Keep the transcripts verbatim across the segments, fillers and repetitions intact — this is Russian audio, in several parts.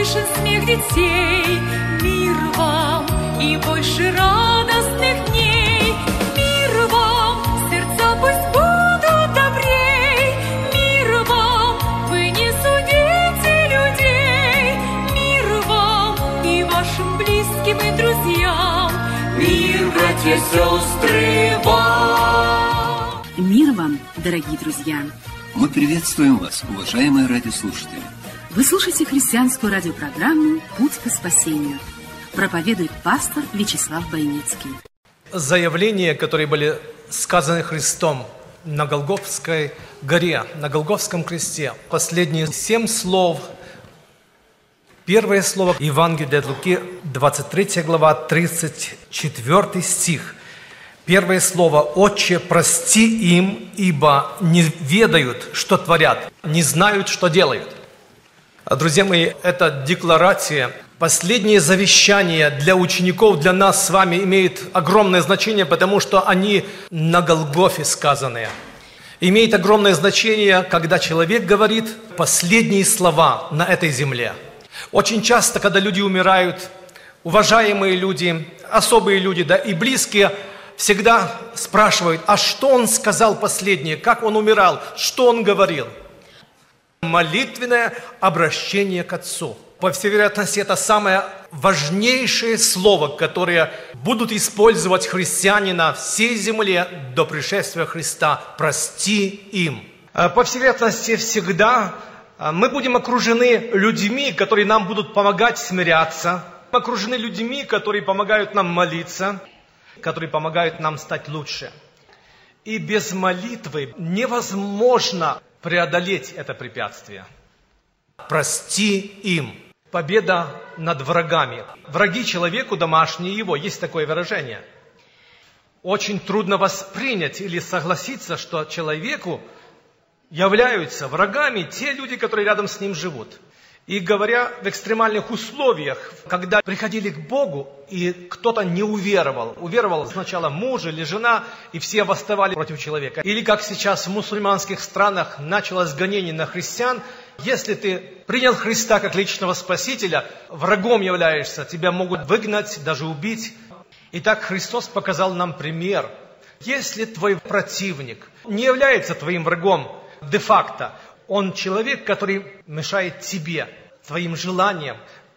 слышен смех детей. Мир вам и больше радостных дней. Мир вам, сердца пусть будут добрей. Мир вам, вы не судите людей. Мир вам и вашим близким и друзьям. Мир, братья, сестры, вам. Мир вам, дорогие друзья. Мы приветствуем вас, уважаемые радиослушатели. Вы слушаете христианскую радиопрограмму «Путь к спасению». Проповедует пастор Вячеслав Бойницкий. Заявления, которые были сказаны Христом на Голгофской горе, на Голгофском кресте. Последние семь слов. Первое слово Евангелия от Луки, двадцать третья глава, тридцать четвёртый стих. Первое слово: «Отче, прости им, ибо не ведают, что творят, не знают, что делают». Друзья мои, эта декларация, последнее завещание для учеников, для нас с вами имеет огромное значение, потому что они на Голгофе сказаны. Имеет огромное значение, когда человек говорит последние слова на этой земле. Очень часто, когда люди умирают, уважаемые люди, особые люди, да, и близкие, всегда спрашивают: а что он сказал последнее, как он умирал, что он говорил? Молитвенное обращение к Отцу. По всей вероятности, это самое важнейшее слово, которое будут использовать христиане на всей земле до пришествия Христа. Прости им. По всей вероятности, всегда мы будем окружены людьми, которые нам будут помогать смиряться, окружены людьми, которые помогают нам молиться, которые помогают нам стать лучше. И без молитвы невозможно преодолеть это препятствие. Прости им. Победа над врагами. Враги человеку домашние его. Есть такое выражение. Очень трудно воспринять или согласиться, что человеку являются врагами те люди, которые рядом с ним живут. И говоря в экстремальных условиях, когда приходили к Богу, и кто-то не уверовал. Уверовал сначала муж или жена, и все восставали против человека. Или как сейчас в мусульманских странах началось гонение на христиан. Если ты принял Христа как личного спасителя, врагом являешься, тебя могут выгнать, даже убить. Итак, Христос показал нам пример. Если твой противник не является твоим врагом де-факто, он человек, который мешает тебе, твоим желаниям,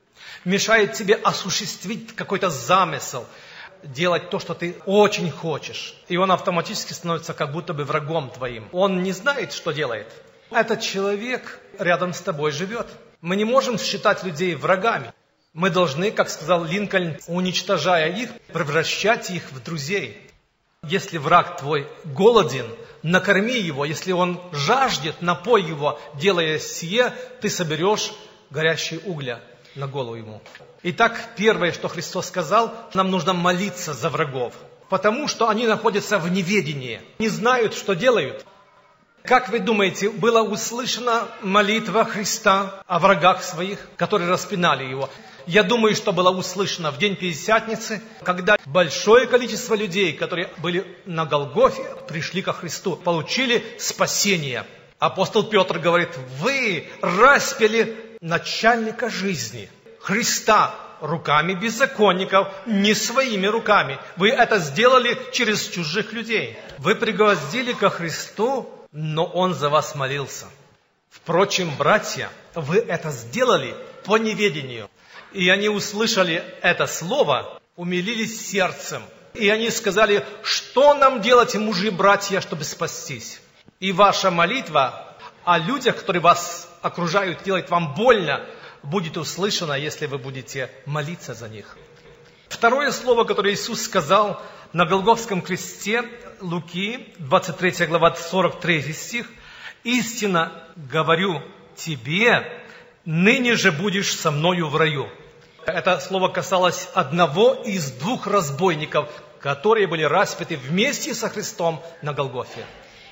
мешает тебе осуществить какой-то замысел, делать то, что ты очень хочешь. И он автоматически становится как будто бы врагом твоим. Он не знает, что делает. Этот человек рядом с тобой живет. Мы не можем считать людей врагами. Мы должны, как сказал Линкольн, уничтожая их, превращать их в друзей. Если враг твой голоден, накорми его. Если он жаждет, напой его. Делая сие, ты соберешь горящие угля на голову ему. Итак, первое, что Христос сказал, нам нужно молиться за врагов. Потому что они находятся в неведении, не знают, что делают. Как вы думаете, была услышана молитва Христа о врагах своих, которые распинали его? Я думаю, что была услышана в день Пятидесятницы, когда большое количество людей, которые были на Голгофе, пришли ко Христу, получили спасение. Апостол Петр говорит: вы распяли начальника жизни, Христа, руками беззаконников, не своими руками. Вы это сделали через чужих людей. Вы пригвоздили ко Христу, но Он за вас молился. Впрочем, братья, вы это сделали по неведению. И они услышали это слово, умилились сердцем. И они сказали: что нам делать, мужи и братья, чтобы спастись? И ваша молитва о людях, которые вас окружают, делает вам больно, будет услышана, если вы будете молиться за них. Второе слово, которое Иисус сказал на Голгофском кресте, Луки, двадцать третья глава, сорок третий стих: «Истинно говорю тебе, ныне же будешь со мною в раю». Это слово касалось одного из двух разбойников, которые были распяты вместе со Христом на Голгофе.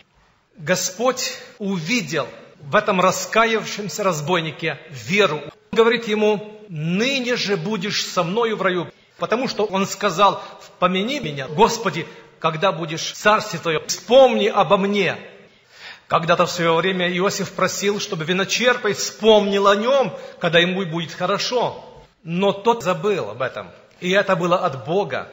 Господь увидел в этом раскаявшемся разбойнике веру. Он говорит ему: ныне же будешь со мною в раю. Потому что он сказал: помяни меня, Господи, когда будешь в царстве Твоем, вспомни обо мне. Когда-то в свое время Иосиф просил, чтобы виночерпай вспомнил о нем, когда ему будет хорошо. Но тот забыл об этом. И это было от Бога.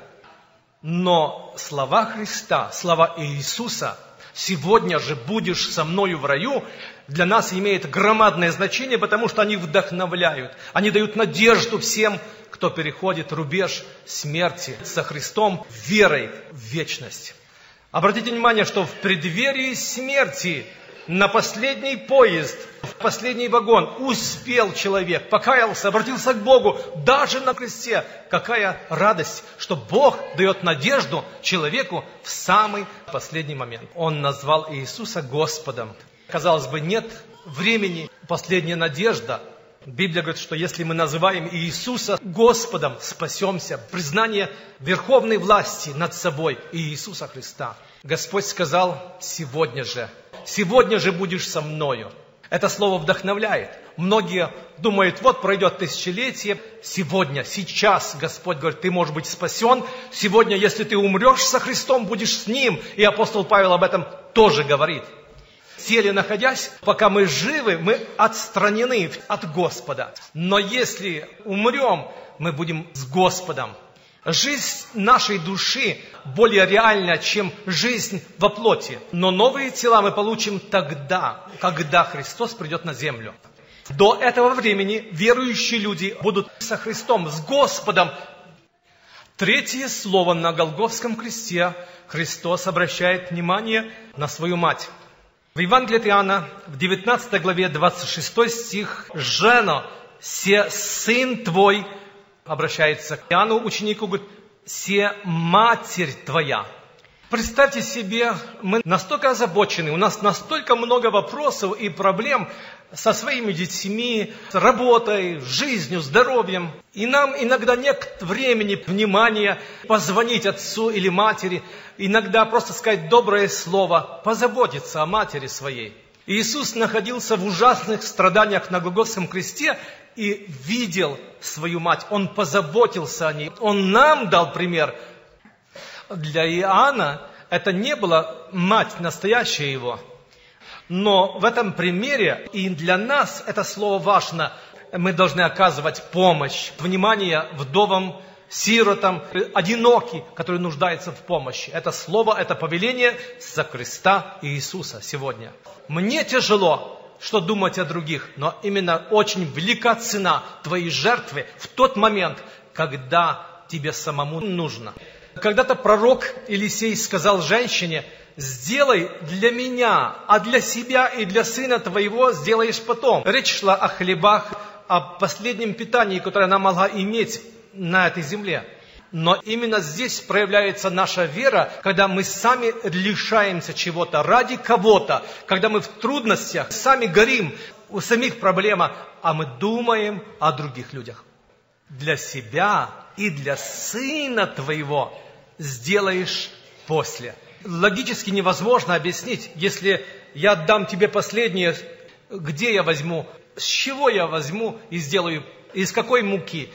Но слова Христа, слова Иисуса, «Сегодня же будешь со мною в раю», для нас имеют громадное значение, потому что они вдохновляют. Они дают надежду всем, кто переходит рубеж смерти со Христом верой в вечность. Обратите внимание, что в преддверии смерти на последний поезд, в последний вагон успел человек, покаялся, обратился к Богу, даже на кресте. Какая радость, что Бог дает надежду человеку в самый последний момент. Он назвал Иисуса Господом. Казалось бы, нет времени, последняя надежда. Библия говорит, что если мы называем Иисуса Господом, спасемся. Признание верховной власти над собой и Иисуса Христа. Господь сказал: сегодня же, сегодня же будешь со мною. Это слово вдохновляет. Многие думают, вот пройдет тысячелетие, сегодня, сейчас Господь говорит, ты можешь быть спасен. Сегодня, если ты умрешь со Христом, будешь с Ним. И апостол Павел об этом тоже говорит. В теле находясь, пока мы живы, мы отстранены от Господа. Но если умрем, мы будем с Господом. Жизнь нашей души более реальна, чем жизнь во плоти. Но новые тела мы получим тогда, когда Христос придет на землю. До этого времени верующие люди будут со Христом, с Господом. Третье слово на Голгофском кресте Христос обращает внимание на свою мать. В Евангелии от Иоанна, в девятнадцатой главе, двадцать шестой стих, «Жено, се сын твой», обращается к Иоанну, ученику, говорит, «се матерь твоя». Представьте себе, мы настолько озабочены, у нас настолько много вопросов и проблем со своими детьми, с работой, жизнью, здоровьем. И нам иногда нет времени, внимания позвонить отцу или матери, иногда просто сказать доброе слово, позаботиться о матери своей. Иисус находился в ужасных страданиях на Голгофском кресте и видел свою мать. Он позаботился о ней. Он нам дал пример. Для Иоанна это не была мать настоящая его. Но в этом примере и для нас это слово важно. Мы должны оказывать помощь, внимание вдовам, сиротам, одиноким, которые нуждаются в помощи. Это слово, это повеление за креста Иисуса сегодня. Мне тяжело, что думать о других, но именно очень велика цена твоей жертвы в тот момент, когда тебе самому нужно. Когда-то пророк Елисей сказал женщине, сделай для меня, а для себя и для сына твоего сделаешь потом. Речь шла о хлебах, о последнем питании, которое она могла иметь на этой земле. Но именно здесь проявляется наша вера, когда мы сами лишаемся чего-то ради кого-то, когда мы в трудностях, сами горим, у самих проблема, а мы думаем о других людях. Для себя и для сына твоего сделаешь после. Логически невозможно объяснить, если я отдам тебе последнее, где я возьму, с чего я возьму и сделаю, из какой муки.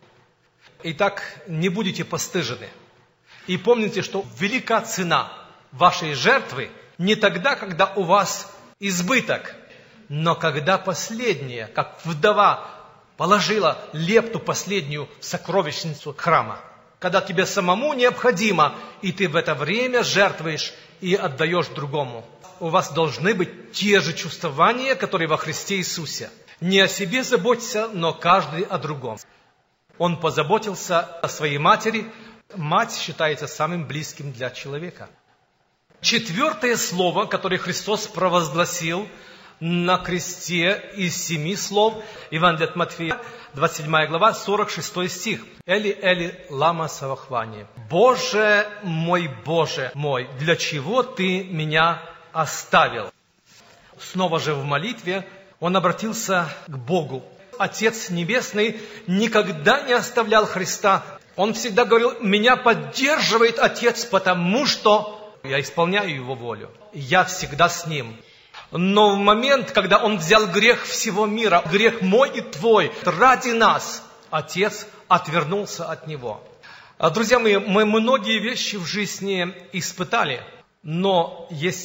Итак, не будете постыжены. И помните, что велика цена вашей жертвы не тогда, когда у вас избыток, но когда последняя, как вдова, положила лепту последнюю в сокровищницу храма. Когда тебе самому необходимо, и ты в это время жертвуешь и отдаешь другому. У вас должны быть те же чувствования, которые во Христе Иисусе. Не о себе заботься, но каждый о другом. Он позаботился о своей матери. Мать считается самым близким для человека. Четвертое слово, которое Христос провозгласил на кресте из семи слов, Евангелие от Матфея, двадцать седьмая глава, сорок шестой стих. Эли, Эли, лама савахвани. Боже мой, Боже мой, для чего ты меня оставил? Снова же в молитве он обратился к Богу. Отец Небесный никогда не оставлял Христа. Он всегда говорил, меня поддерживает Отец, потому что я исполняю Его волю. Я всегда с Ним. Но в момент, когда Он взял грех всего мира, грех мой и твой, ради нас, Отец отвернулся от Него. Друзья мои, мы многие вещи в жизни испытали, но есть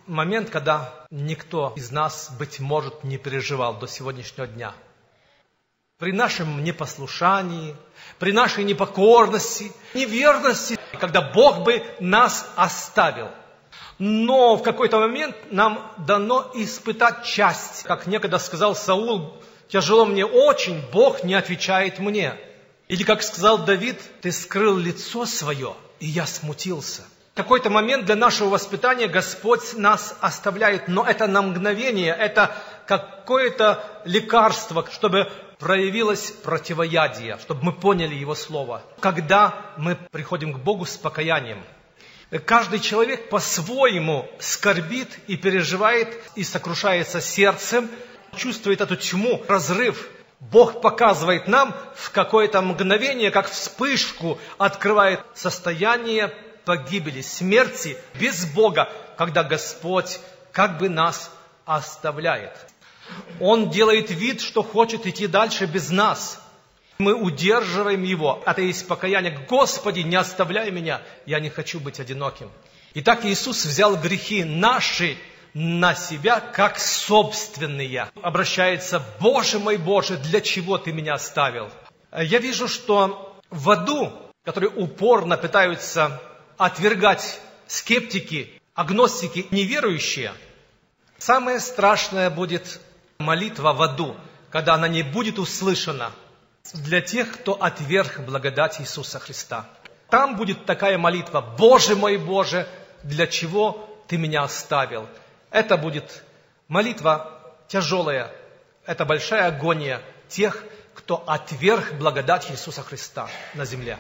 момент, когда никто из нас, быть может, не переживал до сегодняшнего дня. При нашем непослушании, при нашей непокорности, неверности, когда Бог бы нас оставил. Но в какой-то момент нам дано испытать часть. Как некогда сказал Саул: «Тяжело мне очень, Бог не отвечает мне». Или как сказал Давид: «Ты скрыл лицо свое, и я смутился». В какой-то момент для нашего воспитания Господь нас оставляет, но это на мгновение, это какое-то лекарство, чтобы проявилось противоядие, чтобы мы поняли Его Слово. Когда мы приходим к Богу с покаянием, каждый человек по-своему скорбит и переживает, и сокрушается сердцем, чувствует эту тьму, разрыв. Бог показывает нам в какое-то мгновение, как вспышку, открывает состояние погибели, смерти без Бога, когда Господь как бы нас оставляет. Он делает вид, что хочет идти дальше без нас. Мы удерживаем Его. Это есть покаяние. «Господи, не оставляй меня, я не хочу быть одиноким». Итак, Иисус взял грехи наши на себя как собственные. Обращается: «Боже мой, Боже, для чего Ты меня оставил?» Я вижу, что в аду, которые упорно пытаются отвергать скептики, агностики, неверующие, самое страшное будет молитва в аду, когда она не будет услышана для тех, кто отверг благодать Иисуса Христа. Там будет такая молитва: «Боже мой, Боже, для чего Ты меня оставил?» Это будет молитва тяжелая, это большая агония тех, кто отверг благодать Иисуса Христа на земле.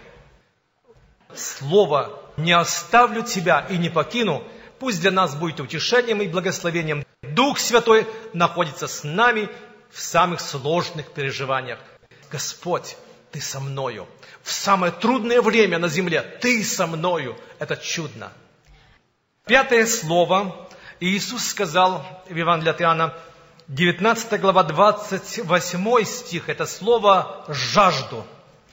Слово «не оставлю тебя и не покину» пусть для нас будет утешением и благословением. Дух Святой находится с нами в самых сложных переживаниях. Господь, Ты со мною. В самое трудное время на земле Ты со мною. Это чудно. Пятое слово. Иисус сказал в Евангелии от Иоанна, девятнадцатая глава, двадцать восьмой стих. Это слово «жажду».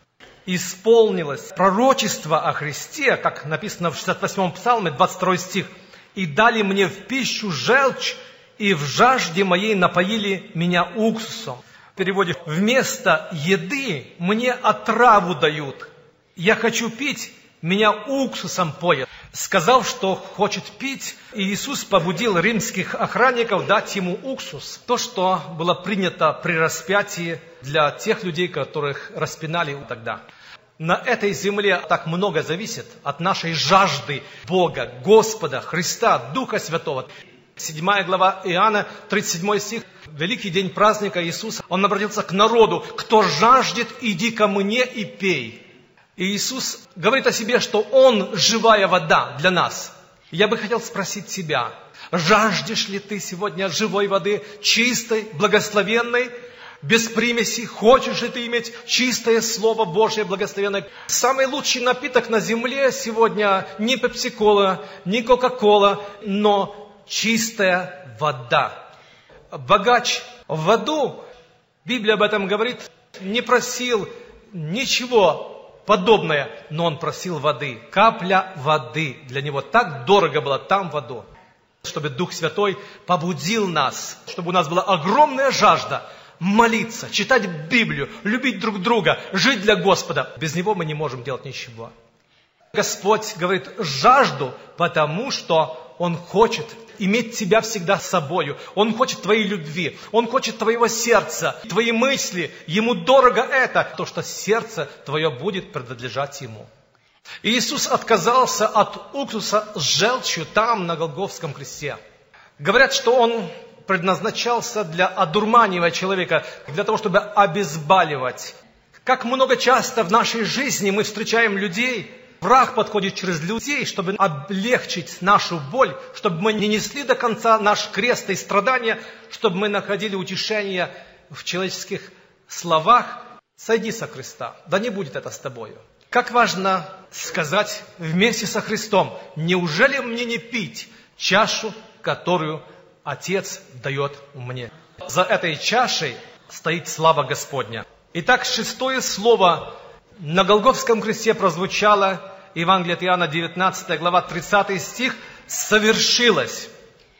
Исполнилось пророчество о Христе, как написано в шестьдесят восьмом псалме, двадцать второй стих. «И дали мне в пищу желчь, и в жажде моей напоили меня уксусом». В переводе: «Вместо еды мне отраву дают. Я хочу пить, меня уксусом поят». Сказав, что хочет пить, Иисус побудил римских охранников дать ему уксус. То, что было принято при распятии для тех людей, которых распинали тогда. На этой земле так много зависит от нашей жажды Бога, Господа, Христа, Духа Святого. Седьмая глава Иоанна, тридцать седьмой стих. Великий день праздника Иисуса. Он обратился к народу: «Кто жаждет, иди ко мне и пей». И Иисус говорит о себе, что Он живая вода для нас. Я бы хотел спросить себя: жаждешь ли ты сегодня живой воды, чистой, благословенной, без примесей? Хочешь ли ты иметь чистое Слово Божье, благословенное? Самый лучший напиток на земле сегодня не пепси-кола, не кока-кола, но чистая вода. Богач в аду, Библия об этом говорит, не просил ничего подобное, но он просил воды. Капля воды для него так дорого было там в аду. Чтобы Дух Святой побудил нас, чтобы у нас была огромная жажда молиться, читать Библию, любить друг друга, жить для Господа. Без Него мы не можем делать ничего. Господь говорит: жажду, потому что Он хочет иметь тебя всегда с собою. Он хочет твоей любви, Он хочет твоего сердца, твои мысли. Ему дорого это, то, что сердце твое будет принадлежать Ему. И Иисус отказался от уксуса с желчью там, на Голгофском кресте. Говорят, что Он предназначался для одурманивания человека, для того, чтобы обезболивать. Как много часто в нашей жизни мы встречаем людей, враг подходит через людей, чтобы облегчить нашу боль, чтобы мы не несли до конца наш крест и страдания, чтобы мы находили утешение в человеческих словах: «Сойди со креста, да не будет это с тобою». Как важно сказать вместе со Христом: «Неужели мне не пить чашу, которую Отец дает мне?» За этой чашей стоит слава Господня. Итак, шестое слово на Голгофском кресте прозвучало. Евангелие от Иоанна, девятнадцатая глава, тридцатый стих. «Совершилось».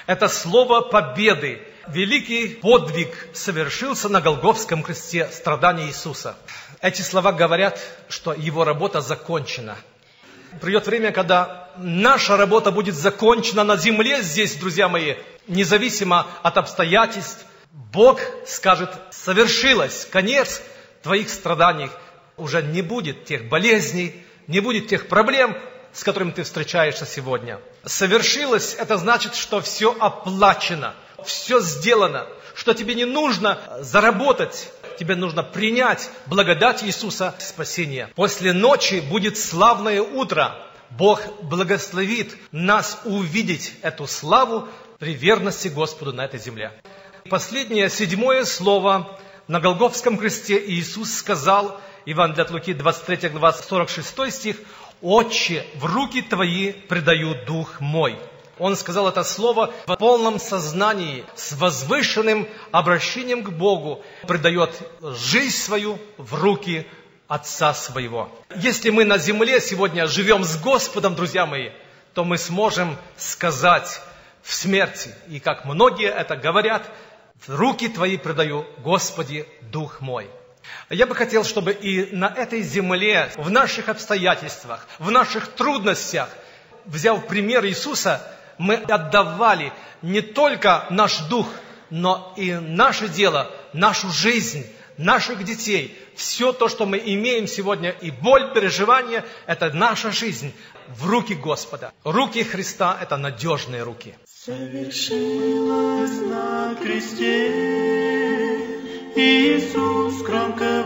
Это слово победы. Великий подвиг совершился на Голгофском кресте, страдания Иисуса. Эти слова говорят, что Его работа закончена. Придет время, когда наша работа будет закончена на земле здесь, друзья мои, независимо от обстоятельств. Бог скажет: совершилось, конец твоих страданий. Уже не будет тех болезней, не будет тех проблем, с которыми ты встречаешься сегодня. Совершилось, это значит, что все оплачено, все сделано, что тебе не нужно заработать, тебе нужно принять благодать Иисуса спасения. После ночи будет славное утро. Бог благословит нас увидеть эту славу при верности Господу на этой земле. Последнее, седьмое слово. На Голгофском кресте Иисус сказал, Евангелие от Луки, двадцать третья глава, сорок шестой стих: «Отче, в руки Твои предаю дух мой». Он сказал это слово в полном сознании, с возвышенным обращением к Богу, предает жизнь свою в руки Отца Своего. Если мы на земле сегодня живем с Господом, друзья мои, то мы сможем сказать в смерти, и как многие это говорят: «В руки Твои предаю, Господи, дух мой». Я бы хотел, чтобы и на этой земле, в наших обстоятельствах, в наших трудностях, взяв пример Иисуса, мы отдавали не только наш дух, но и наше дело, нашу жизнь, наших детей. Все то, что мы имеем сегодня, и боль, переживания, это наша жизнь в руки Господа. Руки Христа – это надежные руки. Совершилось на кресте, Иисус громко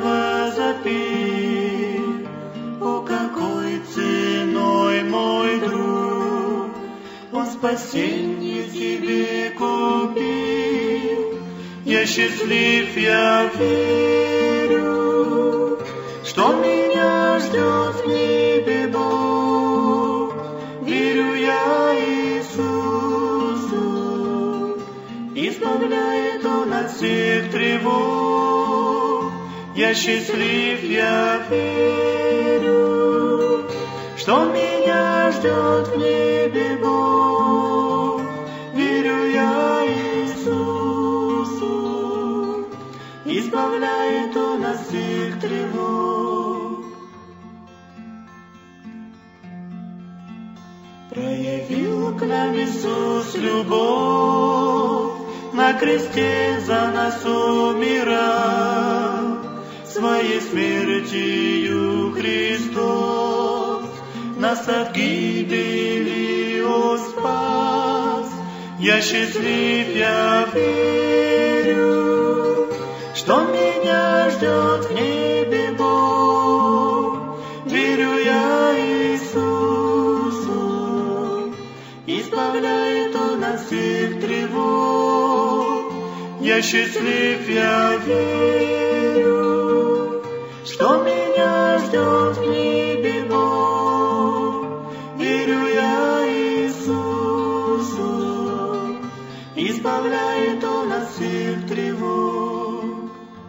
возопил: «О, какой ценой, мой друг, Он спасение тебе купил! Я счастлив, я верю, что меня ждет в небе Бог. Верю я Иисусу, избавляет Он от всех тревог. Я счастлив, я верю, что меня ждет в небе Бог. Верю я Иисусу, избавляет Он от всех тревог. Проявил к нам Иисус любовь, на кресте за нас умирал, своей смертью Христос нас от гибели Он спас. Я счастлив, я верю, что меня ждет в небе Бог. Верю я Иисусу, избавляет Он от всех тревог. Я счастлив, я верю, что меня ждет в небе Бог. Верю я Иисусу, избавляет Он от всех тревог.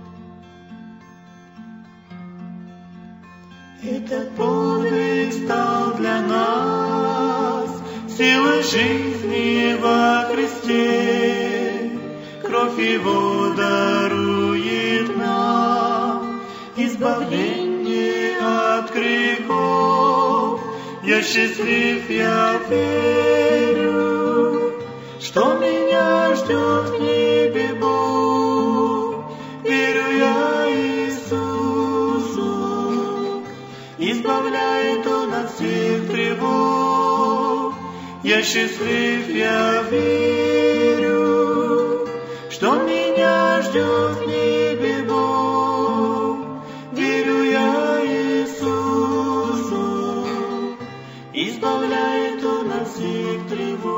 Этот подвиг стал для нас силой жизни во Христе. Кровь Его дарует нам избавление от грехов. Я счастлив, я верю, что меня ждет в небе Бог. Верю я Иисусу, избавляет Он от всех тревог. Я счастлив, я верю, что меня ждет в небе Бог. Верю я Иисусу, избавляет Он от всех тревог.